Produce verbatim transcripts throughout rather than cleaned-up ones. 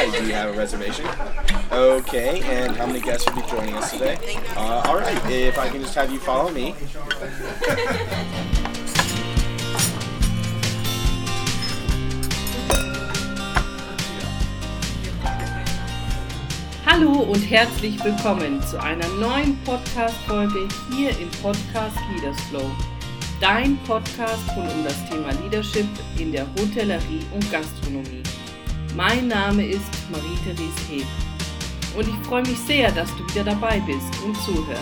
Hi, do you have a reservation? Okay, and how many guests will be joining us today? Uh, all right, if I can just have you follow me. Hallo und herzlich willkommen zu einer neuen Podcast-Folge hier im Podcast Leaders Flow. Dein Podcast rund um das Thema Leadership in der Hotellerie und Gastronomie. Mein Name ist Marie-Therese Heb und ich freue mich sehr, dass du wieder dabei bist und zuhörst.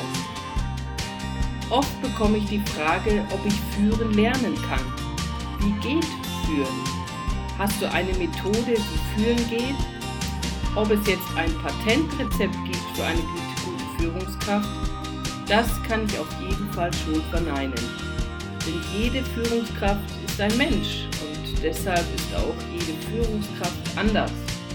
Oft bekomme ich die Frage, ob ich führen lernen kann. Wie geht führen? Hast du eine Methode, wie führen geht? Ob es jetzt ein Patentrezept gibt für eine gute Führungskraft, das kann ich auf jeden Fall schon verneinen. Denn jede Führungskraft ist ein Mensch und deshalb ist auch jede Führungskraft anders.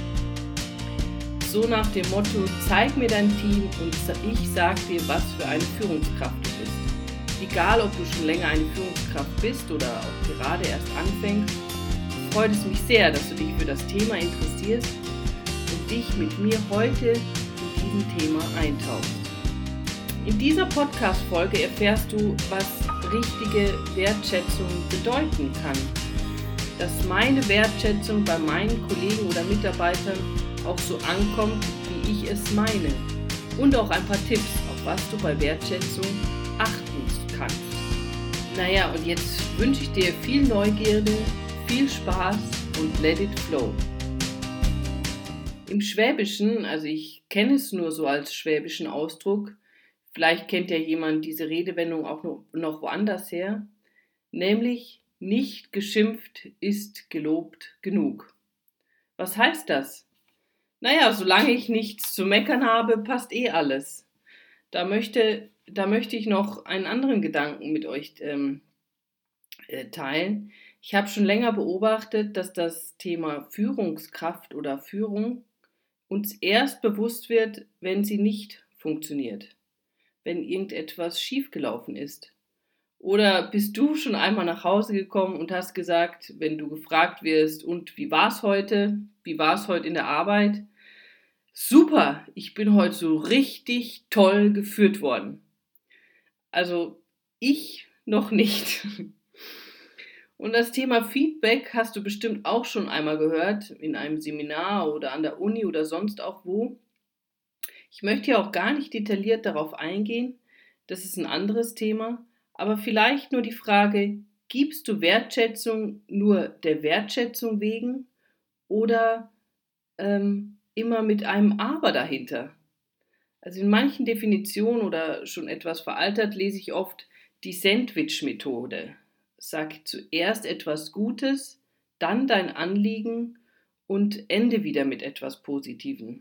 So nach dem Motto, zeig mir dein Team und ich sag dir, was für eine Führungskraft du bist. Egal, ob du schon länger eine Führungskraft bist oder auch gerade erst anfängst, freut es mich sehr, dass du dich für das Thema interessierst und dich mit mir heute in diesem Thema eintauchst. In dieser Podcast-Folge erfährst du, was richtige Wertschätzung bedeuten kann. Dass meine Wertschätzung bei meinen Kollegen oder Mitarbeitern auch so ankommt, wie ich es meine. Und auch ein paar Tipps, auf was du bei Wertschätzung achten kannst. Naja, und jetzt wünsche ich dir viel Neugierde, viel Spaß und let it flow. Im Schwäbischen, also ich kenne es nur so als schwäbischen Ausdruck, vielleicht kennt ja jemand diese Redewendung auch noch woanders her, nämlich nicht geschimpft ist gelobt genug. Was heißt das? Naja, solange ich nichts zu meckern habe, passt eh alles. Da möchte, da möchte ich noch einen anderen Gedanken mit euch ähm, äh, teilen. Ich habe schon länger beobachtet, dass das Thema Führungskraft oder Führung uns erst bewusst wird, wenn sie nicht funktioniert, wenn irgendetwas schiefgelaufen ist. Oder bist du schon einmal nach Hause gekommen und hast gesagt, wenn du gefragt wirst, und wie war es heute? Wie war es heute in der Arbeit? Super, ich bin heute so richtig toll geführt worden. Also ich noch nicht. Und das Thema Feedback hast du bestimmt auch schon einmal gehört, in einem Seminar oder an der Uni oder sonst auch wo. Ich möchte hier auch gar nicht detailliert darauf eingehen, das ist ein anderes Thema, aber vielleicht nur die Frage, gibst du Wertschätzung nur der Wertschätzung wegen oder ähm, immer mit einem Aber dahinter? Also in manchen Definitionen oder schon etwas veraltert lese ich oft die Sandwich-Methode. Sag zuerst etwas Gutes, dann dein Anliegen und ende wieder mit etwas Positivem.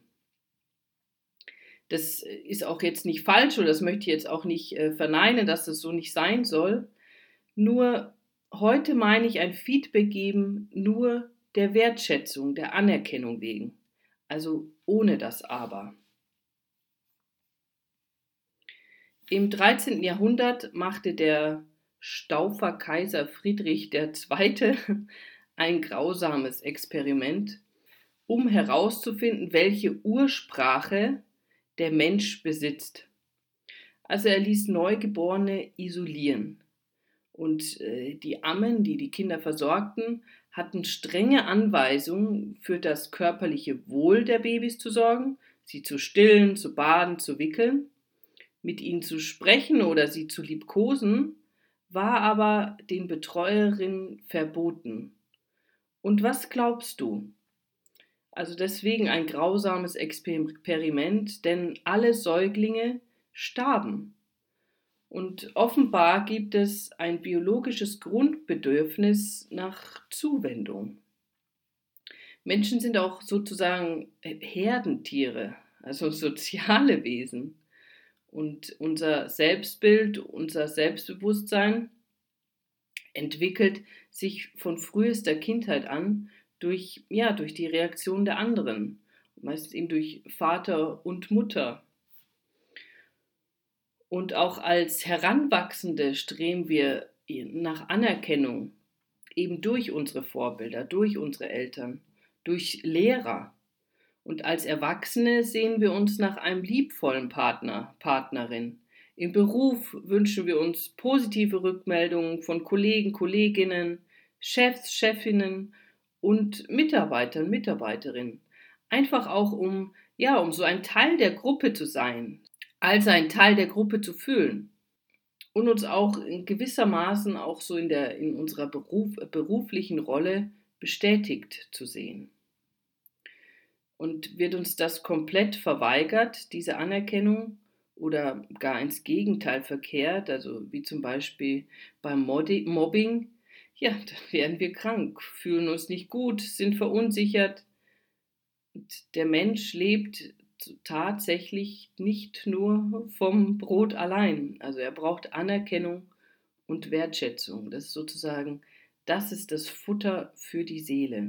Das ist auch jetzt nicht falsch oder das möchte ich jetzt auch nicht äh, verneinen, dass das so nicht sein soll. Nur heute meine ich ein Feedback geben, nur der Wertschätzung, der Anerkennung wegen. Also ohne das Aber. Im dreizehnten Jahrhundert machte der Staufer Kaiser Friedrich der Zweite ein grausames Experiment, um herauszufinden, welche Ursprache der Mensch besitzt. Also er ließ Neugeborene isolieren und äh, die Ammen, die die Kinder versorgten, hatten strenge Anweisungen für das körperliche Wohl der Babys zu sorgen, sie zu stillen, zu baden, zu wickeln. Mit ihnen zu sprechen oder sie zu liebkosen, war aber den Betreuerinnen verboten. Und was glaubst du? Also deswegen ein grausames Experiment, denn alle Säuglinge starben. Und offenbar gibt es ein biologisches Grundbedürfnis nach Zuwendung. Menschen sind auch sozusagen Herdentiere, also soziale Wesen. Und unser Selbstbild, unser Selbstbewusstsein entwickelt sich von frühester Kindheit an durch, ja, durch die Reaktion der anderen, meistens eben durch Vater und Mutter. Und auch als Heranwachsende streben wir nach Anerkennung, eben durch unsere Vorbilder, durch unsere Eltern, durch Lehrer. Und als Erwachsene sehen wir uns nach einem liebvollen Partner, Partnerin. Im Beruf wünschen wir uns positive Rückmeldungen von Kollegen, Kolleginnen, Chefs, Chefinnen und Mitarbeitern, Mitarbeiterinnen. Einfach auch um, ja, um so ein Teil der Gruppe zu sein, als ein Teil der Gruppe zu fühlen und uns auch in gewissermaßen auch so in der, in unserer Beruf, beruflichen Rolle bestätigt zu sehen. Und wird uns das komplett verweigert, diese Anerkennung, oder gar ins Gegenteil verkehrt, also wie zum Beispiel beim Mobbing, ja, dann werden wir krank, fühlen uns nicht gut, sind verunsichert. Und der Mensch lebt tatsächlich nicht nur vom Brot allein. Also er braucht Anerkennung und Wertschätzung. Das ist sozusagen, das ist das Futter für die Seele.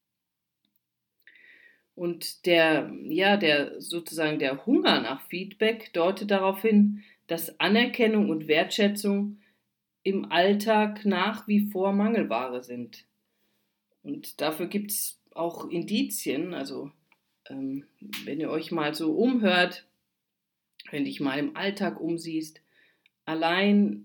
Und der, ja, der sozusagen der Hunger nach Feedback deutet darauf hin, dass Anerkennung und Wertschätzung im Alltag nach wie vor Mangelware sind. Und dafür gibt es auch Indizien, also ähm, wenn ihr euch mal so umhört, wenn dich mal im Alltag umsiehst, allein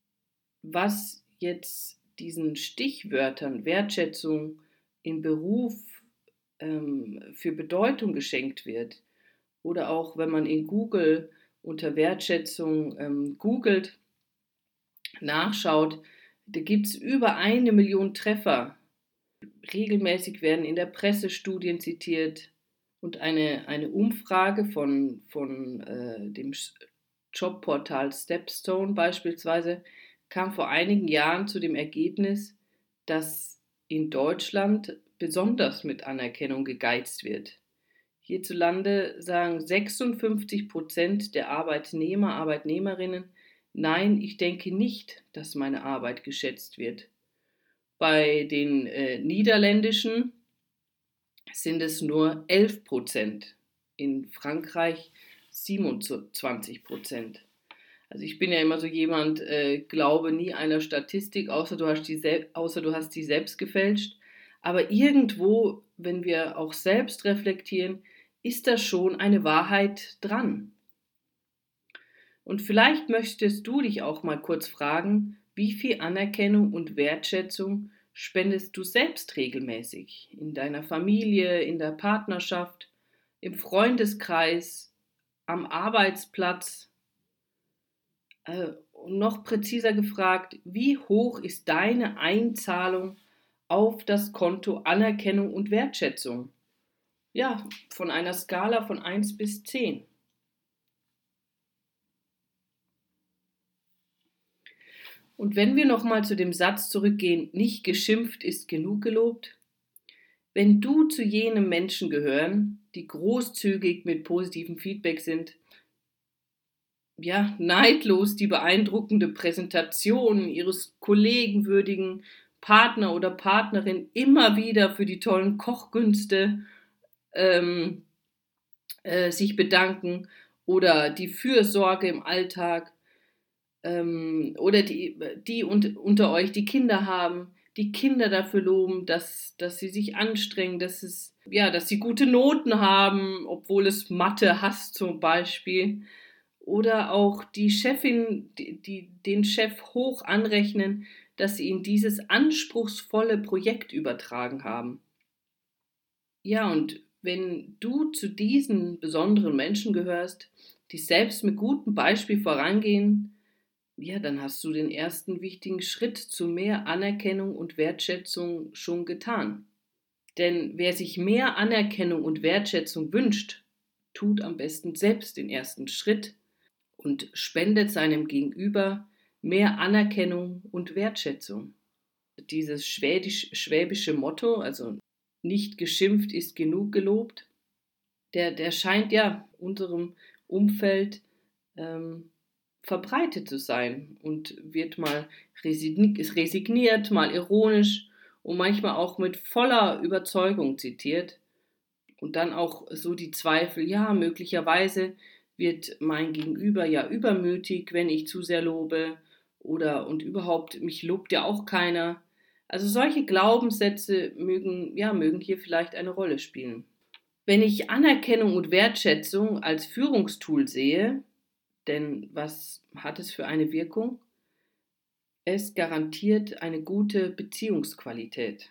was jetzt diesen Stichwörtern Wertschätzung im Beruf ähm, für Bedeutung geschenkt wird, oder auch wenn man in Google unter Wertschätzung ähm, googelt, nachschaut, da gibt es über eine Million Treffer. Regelmäßig werden in der Presse Studien zitiert und eine, eine Umfrage von, von äh, dem Jobportal Stepstone beispielsweise kam vor einigen Jahren zu dem Ergebnis, dass in Deutschland besonders mit Anerkennung gegeizt wird. Hierzulande sagen sechsundfünfzig Prozent der Arbeitnehmer, Arbeitnehmerinnen, nein, ich denke nicht, dass meine Arbeit geschätzt wird. Bei den äh, Niederländischen sind es nur elf Prozent, in Frankreich siebenundzwanzig Prozent. Also ich bin ja immer so jemand, äh, glaube nie einer Statistik, außer du, hast die sel- außer du hast die selbst gefälscht. Aber irgendwo, wenn wir auch selbst reflektieren, ist da schon eine Wahrheit dran. Und vielleicht möchtest du dich auch mal kurz fragen, wie viel Anerkennung und Wertschätzung spendest du selbst regelmäßig in deiner Familie, in der Partnerschaft, im Freundeskreis, am Arbeitsplatz? Äh, noch präziser gefragt, wie hoch ist deine Einzahlung auf das Konto Anerkennung und Wertschätzung? Ja, von einer Skala von eins bis zehn. Und wenn wir nochmal zu dem Satz zurückgehen, nicht geschimpft ist genug gelobt, wenn du zu jenen Menschen gehören, die großzügig mit positivem Feedback sind, ja, neidlos die beeindruckende Präsentation ihres Kollegen würdigen, Partner oder Partnerin immer wieder für die tollen Kochkünste ähm, äh, sich bedanken oder die Fürsorge im Alltag, ähm, oder die, die und, unter euch, die Kinder haben, die Kinder dafür loben, dass, dass sie sich anstrengen, dass, es, ja, dass sie gute Noten haben, obwohl es Mathe hasst zum Beispiel. Oder auch die Chefin, die, die den Chef hoch anrechnen, dass sie ihm dieses anspruchsvolle Projekt übertragen haben. Ja, und wenn du zu diesen besonderen Menschen gehörst, die selbst mit gutem Beispiel vorangehen, ja, dann hast du den ersten wichtigen Schritt zu mehr Anerkennung und Wertschätzung schon getan. Denn wer sich mehr Anerkennung und Wertschätzung wünscht, tut am besten selbst den ersten Schritt und spendet seinem Gegenüber mehr Anerkennung und Wertschätzung. Dieses schwäbisch, schwäbische Motto, also nicht geschimpft ist genug gelobt, der, der scheint ja unserem Umfeld ähm, verbreitet zu sein und wird mal resigniert, mal ironisch und manchmal auch mit voller Überzeugung zitiert. Und dann auch so die Zweifel, ja, möglicherweise wird mein Gegenüber ja übermütig, wenn ich zu sehr lobe, oder und überhaupt, mich lobt ja auch keiner. Also solche Glaubenssätze mögen, ja, mögen hier vielleicht eine Rolle spielen. Wenn ich Anerkennung und Wertschätzung als Führungstool sehe, denn was hat es für eine Wirkung? Es garantiert eine gute Beziehungsqualität.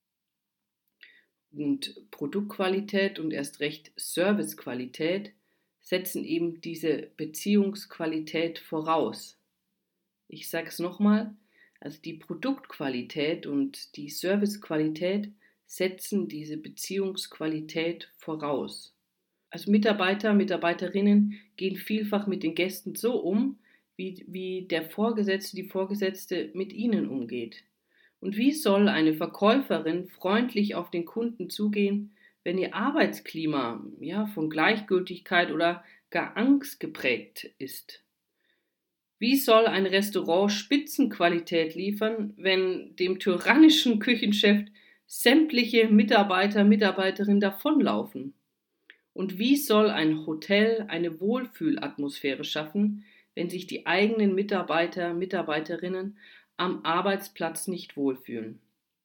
Und Produktqualität und erst recht Servicequalität setzen eben diese Beziehungsqualität voraus. Ich sage es nochmal, also die Produktqualität und die Servicequalität setzen diese Beziehungsqualität voraus. Also Mitarbeiter, Mitarbeiterinnen gehen vielfach mit den Gästen so um, wie, wie der Vorgesetzte, die Vorgesetzte mit ihnen umgeht. Und wie soll eine Verkäuferin freundlich auf den Kunden zugehen, wenn ihr Arbeitsklima ja, von Gleichgültigkeit oder gar Angst geprägt ist? Wie soll ein Restaurant Spitzenqualität liefern, wenn dem tyrannischen Küchenchef sämtliche Mitarbeiter, Mitarbeiterinnen davonlaufen? Und wie soll ein Hotel eine Wohlfühlatmosphäre schaffen, wenn sich die eigenen Mitarbeiter, Mitarbeiterinnen am Arbeitsplatz nicht wohlfühlen?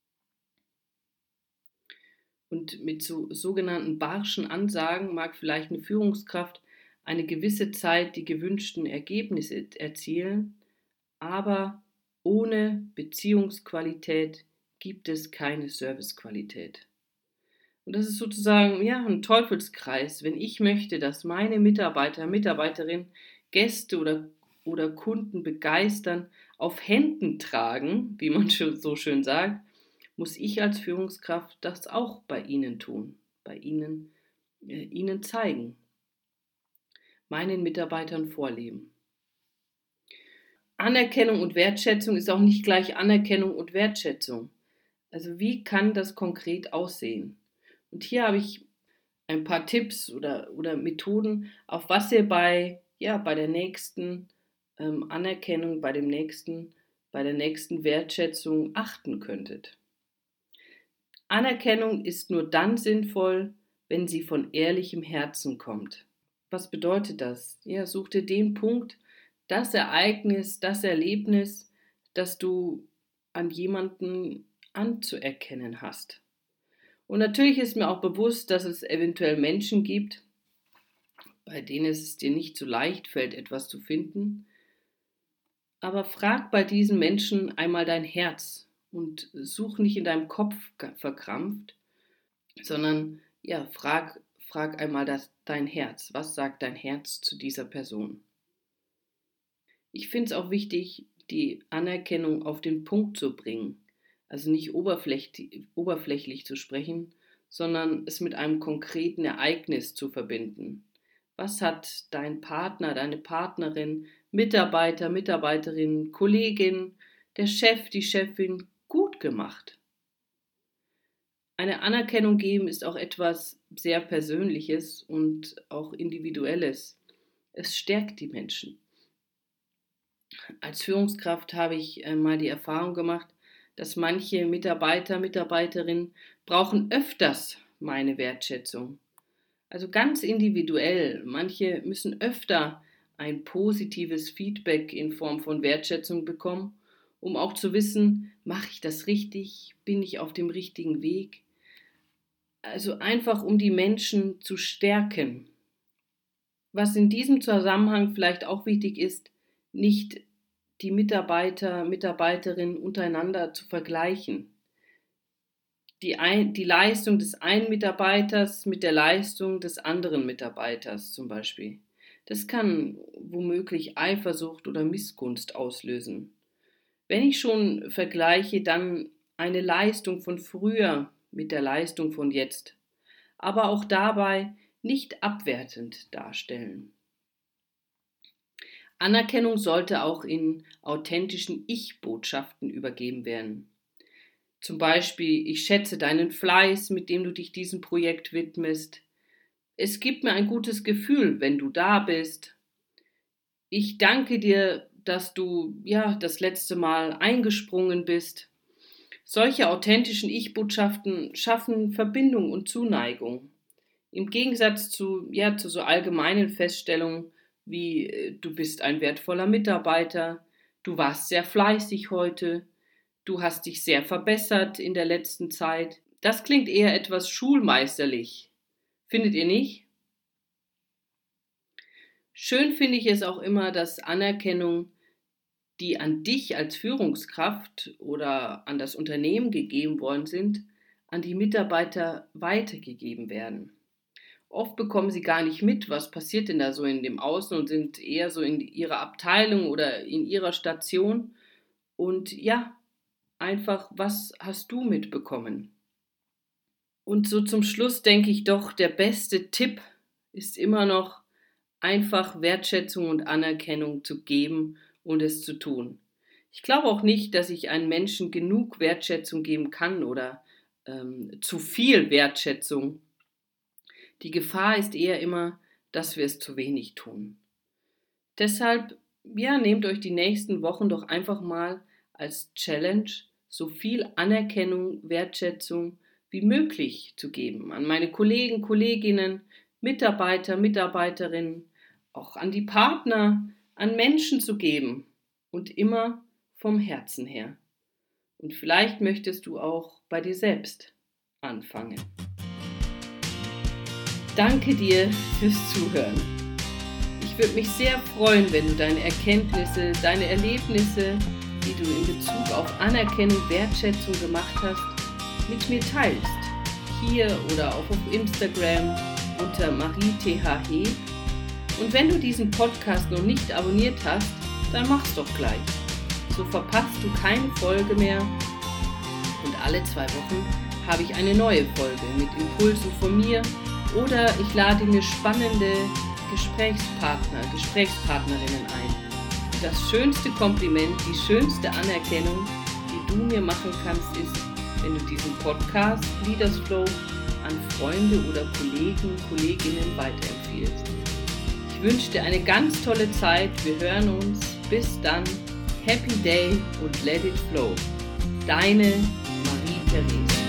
Und mit so sogenannten barschen Ansagen mag vielleicht eine Führungskraft eine gewisse Zeit die gewünschten Ergebnisse erzielen, aber ohne Beziehungsqualität gibt es keine Servicequalität. Und das ist sozusagen ja, ein Teufelskreis. Wenn ich möchte, dass meine Mitarbeiter, Mitarbeiterinnen, Gäste oder, oder Kunden begeistern, auf Händen tragen, wie man so schön sagt, muss ich als Führungskraft das auch bei ihnen tun, bei ihnen, äh, ihnen zeigen, meinen Mitarbeitern vorleben. Anerkennung und Wertschätzung ist auch nicht gleich Anerkennung und Wertschätzung. Also wie kann das konkret aussehen? Und hier habe ich ein paar Tipps oder, oder Methoden, auf was ihr bei, ja, bei der nächsten ähm, Anerkennung, bei dem nächsten, bei der nächsten Wertschätzung achten könntet. Anerkennung ist nur dann sinnvoll, wenn sie von ehrlichem Herzen kommt. Was bedeutet das? Ja, such dir den Punkt, das Ereignis, das Erlebnis, das du an jemanden anzuerkennen hast. Und natürlich ist mir auch bewusst, dass es eventuell Menschen gibt, bei denen es dir nicht so leicht fällt, etwas zu finden. Aber frag bei diesen Menschen einmal dein Herz und such nicht in deinem Kopf verkrampft, sondern ja, frag, frag einmal das, dein Herz. Was sagt dein Herz zu dieser Person? Ich finde es auch wichtig, die Anerkennung auf den Punkt zu bringen. Also nicht oberflächlich, oberflächlich zu sprechen, sondern es mit einem konkreten Ereignis zu verbinden. Was hat dein Partner, deine Partnerin, Mitarbeiter, Mitarbeiterin, Kollegin, der Chef, die Chefin gut gemacht? Eine Anerkennung geben ist auch etwas sehr Persönliches und auch Individuelles. Es stärkt die Menschen. Als Führungskraft habe ich mal die Erfahrung gemacht, dass manche Mitarbeiter, Mitarbeiterinnen brauchen öfters meine Wertschätzung. Also ganz individuell. Manche müssen öfter ein positives Feedback in Form von Wertschätzung bekommen, um auch zu wissen, mache ich das richtig, bin ich auf dem richtigen Weg. Also einfach, um die Menschen zu stärken. Was in diesem Zusammenhang vielleicht auch wichtig ist, nicht die Mitarbeiter, Mitarbeiterinnen untereinander zu vergleichen. Die, ein, die Leistung des einen Mitarbeiters mit der Leistung des anderen Mitarbeiters zum Beispiel. Das kann womöglich Eifersucht oder Missgunst auslösen. Wenn ich schon vergleiche, dann eine Leistung von früher mit der Leistung von jetzt, aber auch dabei nicht abwertend darstellen. Anerkennung sollte auch in authentischen Ich-Botschaften übergeben werden. Zum Beispiel, ich schätze deinen Fleiß, mit dem du dich diesem Projekt widmest. Es gibt mir ein gutes Gefühl, wenn du da bist. Ich danke dir, dass du ja das letzte Mal eingesprungen bist. Solche authentischen Ich-Botschaften schaffen Verbindung und Zuneigung. Im Gegensatz zu, ja, zu so allgemeinen Feststellungen wie du bist ein wertvoller Mitarbeiter, du warst sehr fleißig heute, du hast dich sehr verbessert in der letzten Zeit. Das klingt eher etwas schulmeisterlich. Findet ihr nicht? Schön finde ich es auch immer, dass Anerkennung, die an dich als Führungskraft oder an das Unternehmen gegeben worden sind, an die Mitarbeiter weitergegeben werden. Oft bekommen sie gar nicht mit, was passiert denn da so in dem Außen und sind eher so in ihrer Abteilung oder in ihrer Station. Und ja, einfach, was hast du mitbekommen? Und so zum Schluss denke ich doch, der beste Tipp ist immer noch, einfach Wertschätzung und Anerkennung zu geben und es zu tun. Ich glaube auch nicht, dass ich einem Menschen genug Wertschätzung geben kann oder ähm, zu viel Wertschätzung. Die Gefahr ist eher immer, dass wir es zu wenig tun. Deshalb, ja, nehmt euch die nächsten Wochen doch einfach mal als Challenge, so viel Anerkennung, Wertschätzung wie möglich zu geben. An meine Kollegen, Kolleginnen, Mitarbeiter, Mitarbeiterinnen, auch an die Partner, an Menschen zu geben. Und immer vom Herzen her. Und vielleicht möchtest du auch bei dir selbst anfangen. Danke dir fürs Zuhören. Ich würde mich sehr freuen, wenn du deine Erkenntnisse, deine Erlebnisse, die du in Bezug auf Anerkennung, Wertschätzung gemacht hast, mit mir teilst. Hier oder auch auf Instagram unter Marie T H He. Und wenn du diesen Podcast noch nicht abonniert hast, dann mach's doch gleich. So verpasst du keine Folge mehr. Und alle zwei Wochen habe ich eine neue Folge mit Impulsen von mir oder ich lade mir spannende Gesprächspartner, Gesprächspartnerinnen ein. Das schönste Kompliment, die schönste Anerkennung, die du mir machen kannst, ist, wenn du diesen Podcast Leaders Flow an Freunde oder Kollegen, Kolleginnen weiterempfiehlst. Ich wünsche dir eine ganz tolle Zeit. Wir hören uns. Bis dann. Happy Day und let it flow. Deine Marie-Therese.